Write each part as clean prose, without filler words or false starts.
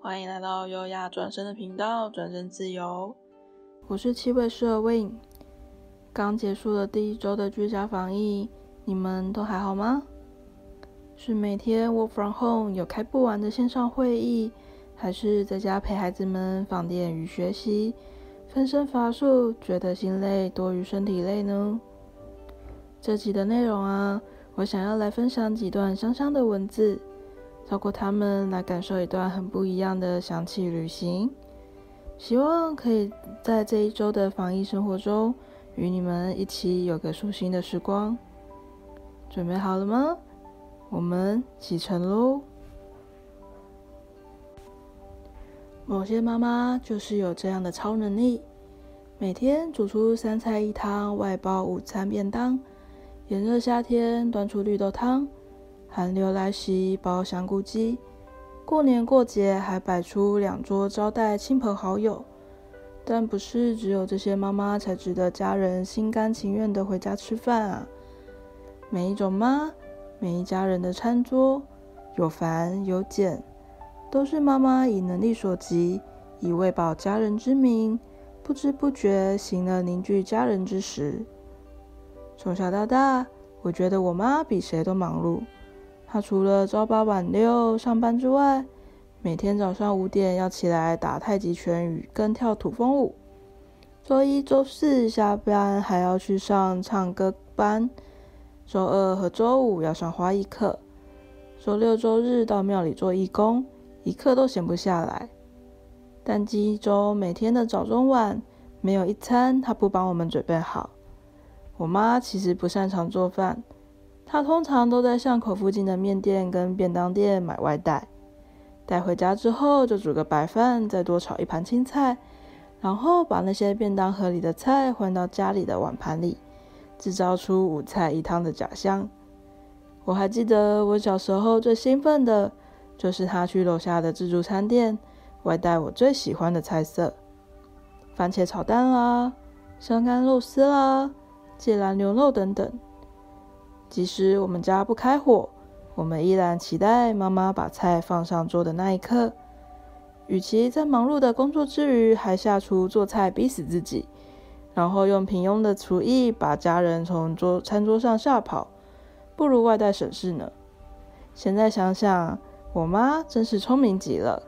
欢迎来到优雅转身的频道，转身自由。我是七位社 Win。刚结束了第1周的居家防疫，你们都还好吗？是每天 work from home 有开不完的线上会议，还是在家陪孩子们放电与学习，分身乏术，觉得心累多于身体累呢？这集的内容我想要来分享几段香香的文字，透过它们来感受一段很不一样的香气旅行。希望可以在这1周的防疫生活中，与你们一起有个舒心的时光。准备好了吗？我们启程咯。某些妈妈就是有这样的超能力，每天煮出3菜1汤，外包午餐便当，炎热夏天端出绿豆汤，寒流来袭包香菇鸡，过年过节还摆出2桌招待亲朋好友。但不是只有这些妈妈才值得家人心甘情愿的回家吃饭啊。每一种妈，每一家人的餐桌，有繁有简，都是妈妈以能力所及，以喂饱家人之名，不知不觉行了凝聚家人之实。从小到大，我觉得我妈比谁都忙碌。她除了朝8晚6上班之外，每天早上5点要起来打太极拳与跟跳土风舞，周1、周4下班还要去上唱歌班，周2和周5要上花艺课，周6、周日到庙里做义工，一刻都闲不下来。但记忆中每天的早中晚，没有一餐她不帮我们准备好。我妈其实不擅长做饭，她通常都在巷口附近的面店跟便当店买外带。带回家之后就煮个白饭，再多炒1盘青菜，然后把那些便当盒里的菜换到家里的碗盘里，制造出5菜1汤的假象。我还记得我小时候最兴奋的就是他去楼下的自助餐店外带我最喜欢的菜色，番茄炒蛋啦，香干肉丝啦，芥蓝牛肉等等。即使我们家不开火，我们依然期待妈妈把菜放上桌的那一刻。与其在忙碌的工作之余还下厨做菜逼死自己，然后用平庸的厨艺把家人从餐桌上吓跑，不如外带省事呢。现在想想，我妈真是聪明极了。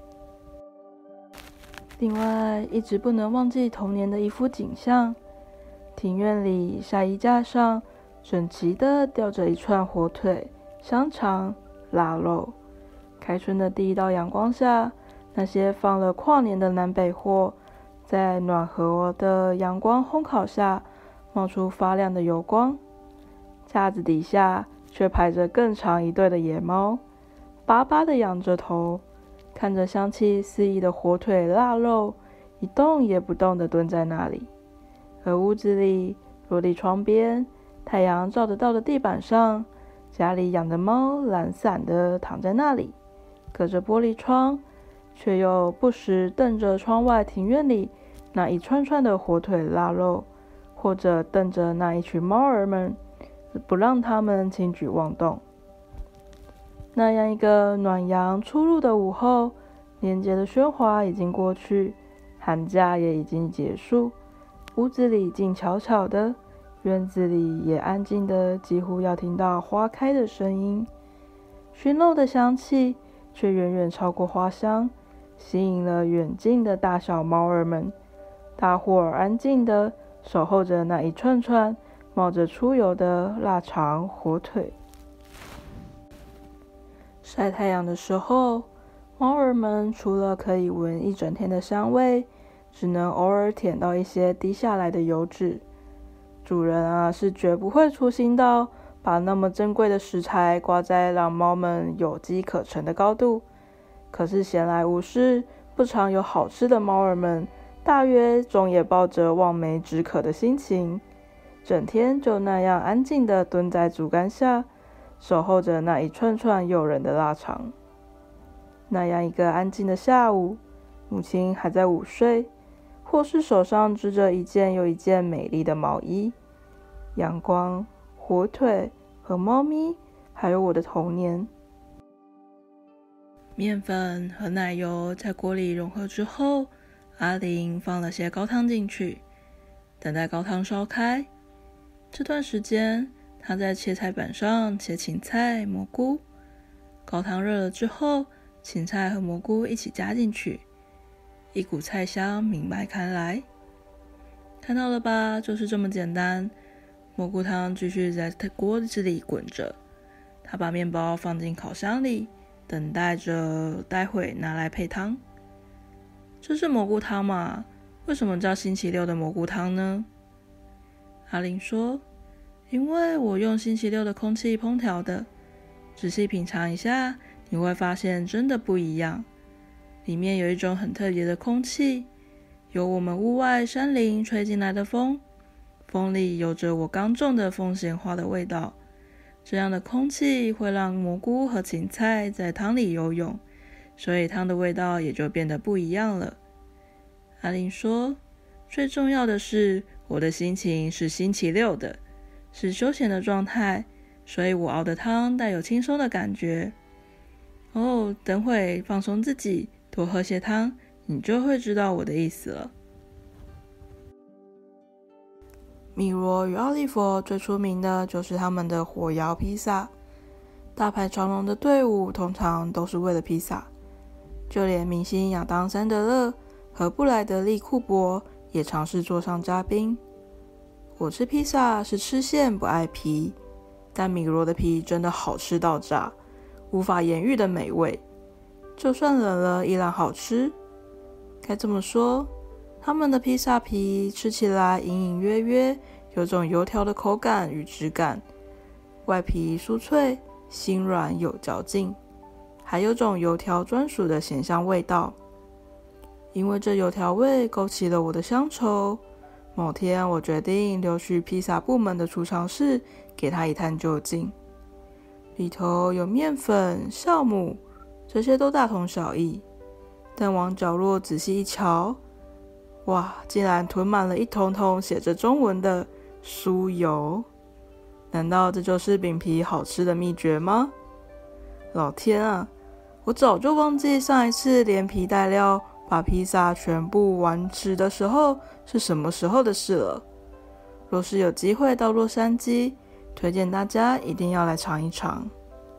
另外，一直不能忘记童年的一幅景象，庭院里晒衣架上整齐地吊着一串火腿、香肠、腊肉。开春的第1道阳光下，那些放了跨年的南北货，在暖和的阳光烘烤下冒出发亮的油光。架子底下却排着更长一队的野猫，巴巴地仰着头，看着香气四溢的火腿腊肉，一动也不动地蹲在那里。而屋子里，落地窗边，太阳照得到的地板上，家里养的猫懒散地躺在那里，隔着玻璃窗，却又不时瞪着窗外庭院里那一串串的火腿腊肉，或者瞪着那一群猫儿们，不让它们轻举妄动。那样一个暖阳初入的午后，年节的喧哗已经过去，寒假也已经结束，屋子里静悄悄的，院子里也安静的几乎要听到花开的声音。熏肉的香气却远远超过花香，吸引了远近的大小猫儿们，大伙儿安静的守候着那一串串冒着出油的腊肠火腿。晒太阳的时候，猫儿们除了可以闻一整天的香味，只能偶尔舔到一些滴下来的油脂。主人是绝不会粗心到把那么珍贵的食材挂在让猫们有机可乘的高度。可是闲来无事，不常有好吃的猫儿们，大约总也抱着望梅止渴的心情，整天就那样安静地蹲在竹竿下，守候着那一串串诱人的腊肠。那样一个安静的下午，母亲还在午睡，或是手上织着一件又一件美丽的毛衣。阳光、火腿和猫咪，还有我的童年。 面粉和奶油在锅里融合之后，阿玲放了些高汤进去，等待高汤烧开。这段时间，她在切菜板上切芹菜、蘑菇。高汤热了之后，芹菜和蘑菇一起加进去，一股菜香弥漫开来。看到了吧，就是这么简单。蘑菇汤继续在锅子里滚着，她把面包放进烤箱里，等待着待会拿来配汤。这是蘑菇汤嘛？为什么叫星期六的蘑菇汤呢？阿玲说，因为我用星期六的空气烹调的，仔细品尝一下，你会发现真的不一样。里面有一种很特别的空气，有我们屋外山林吹进来的风，风里有着我刚种的凤仙花的味道。这样的空气会让蘑菇和芹菜在汤里游泳，所以汤的味道也就变得不一样了。阿玲说，最重要的是我的心情是星期六的，是休闲的状态，所以我熬的汤带有轻松的感觉。等会放松自己，多喝些汤，你就会知道我的意思了。米罗与奥利佛最出名的就是他们的火窑披萨，大排长龙的队伍通常都是为了披萨，就连明星亚当·山德勒和布莱德利·库珀也尝试坐上嘉宾。我吃披萨是吃馅不爱皮，但米罗的皮真的好吃到炸，无法言喻的美味，就算冷了依然好吃。该这么说，他们的披萨皮吃起来隐隐约约有种油条的口感与质感，外皮酥脆，心软有嚼劲，还有种油条专属的咸香味道。因为这油条味勾起了我的乡愁，某天我决定溜去披萨部门的储藏室，给它一探究竟。里头有面粉、酵母，这些都大同小异，但往角落仔细一瞧，哇，竟然囤满了一桶桶写着中文的酥油。难道这就是饼皮好吃的秘诀吗？老天啊，我早就忘记上一次连皮带料把披萨全部完吃的时候是什么时候的事了。若是有机会到洛杉矶，推荐大家一定要来尝一尝。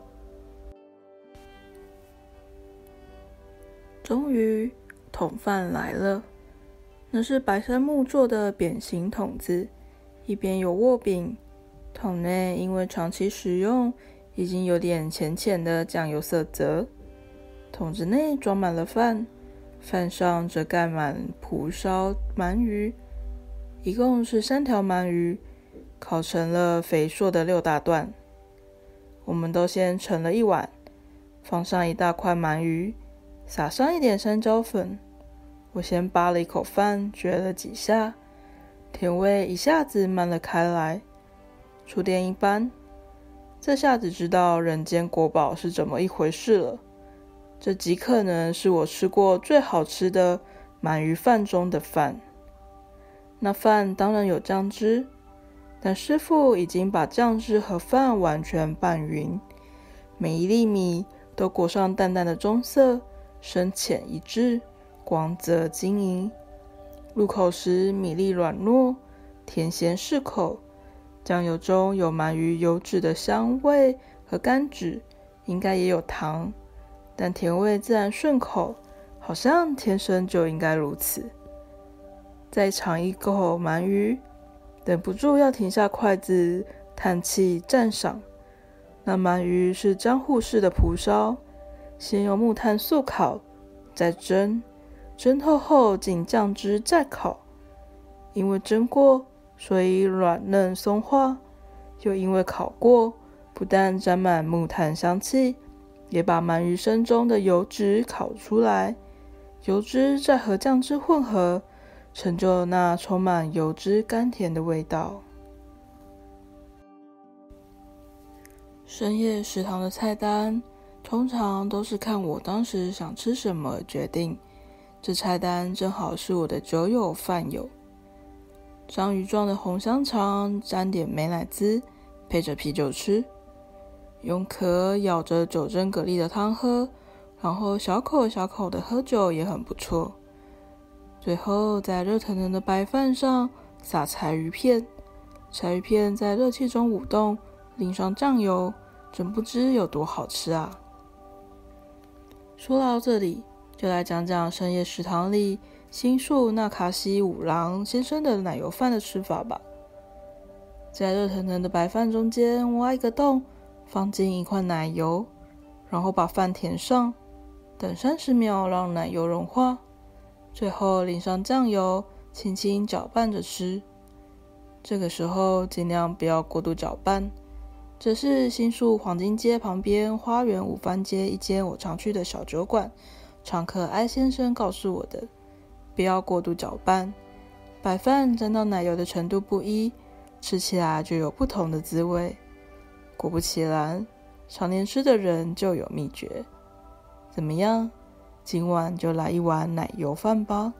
终于，桶饭来了。那是白杉木做的扁形桶子，一边有握柄，桶内因为长期使用，已经有点浅浅的酱油色泽。桶子内装满了饭，饭上则盖满蒲烧鳗鱼，一共是3条鳗鱼，烤成了肥硕的6大段。我们都先盛了一碗，放上一大块鳗鱼，撒上一点山椒粉。我先扒了一口饭，嚼了几下，甜味一下子漫了开来，触电一般。这下子知道人间国宝是怎么一回事了。这极可能是我吃过最好吃的鳗鱼饭中的饭。那饭当然有酱汁，但师傅已经把酱汁和饭完全拌匀，每一粒米都裹上淡淡的棕色，深浅一致，光泽晶莹。入口时米粒软糯，甜咸适口，酱油中有鳗鱼油脂的香味和甘脂，应该也有糖，但甜味自然顺口，好像天生就应该如此。再尝一口鳗鱼，忍不住要停下筷子，叹气赞赏。那鳗鱼是江户式的蒲烧，先用木炭素烤，再蒸，蒸透后进酱汁再烤。因为蒸过，所以软嫩松化，又因为烤过，不但沾满木炭香气，也把鳗鱼身中的油脂烤出来，油脂再和酱汁混合，成就那充满油脂甘甜的味道。深夜食堂的菜单通常都是看我当时想吃什么决定，这菜单正好是我的酒友饭友。章鱼状的红香肠沾点美乃滋，配着啤酒吃。用壳咬着酒蒸蛤蜊的汤喝， 然后小口小口的喝酒也很不错。最后在热腾腾的白饭上撒柴鱼片，柴鱼片在热气中舞动，淋上酱油，真不知有多好吃啊！说到这里，就来讲讲深夜食堂里新宿那卡西五郎先生的奶油饭的吃法吧。在热腾腾的白饭中间挖一个洞，放进一块奶油，然后把饭填上，等30秒让奶油融化，最后淋上酱油，轻轻搅拌着吃。这个时候尽量不要过度搅拌。这是新宿黄金街旁边花园五番街一间我常去的小酒馆常客艾先生告诉我的，不要过度搅拌，白饭沾到奶油的程度不一，吃起来就有不同的滋味。果不其然，常年吃的人就有秘诀。怎么样？今晚就来一碗奶油饭吧。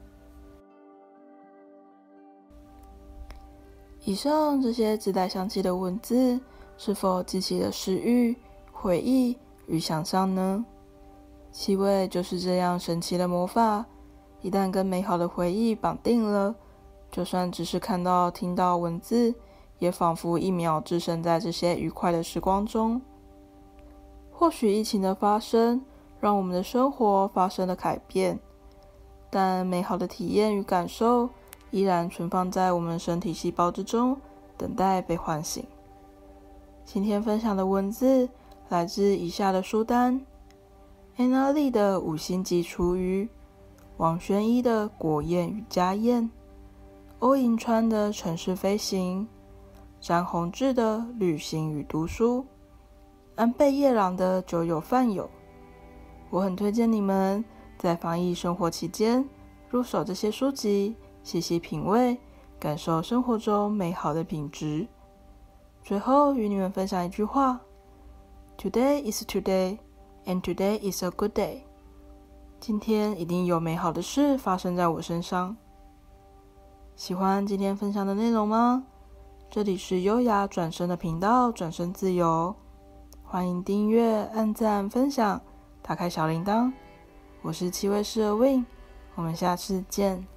以上这些自带香气的文字，是否激起了食欲、回忆与想象呢？气味就是这样神奇的魔法，一旦跟美好的回忆绑定了，就算只是看到、听到文字，也仿佛一秒置身在这些愉快的时光中。或许疫情的发生，让我们的生活发生了改变，但美好的体验与感受依然存放在我们身体细胞之中，等待被唤醒。今天分享的文字来自以下的书单：安娜丽的5星级厨余，王轩一的国宴与家宴，欧银川的城市飞行，詹宏志的旅行与读书，安倍夜郎的酒友饭友。我很推荐你们在防疫生活期间入手这些书籍，细细品味，感受生活中美好的品质。最后与你们分享一句话： Today is today, and today is a good day。 今天一定有美好的事发生在我身上。喜欢今天分享的内容吗？这里是优雅转身的频道，转身自由，欢迎订阅、按赞、分享，打开小铃铛。我是七位师的 Win， 我们下次见。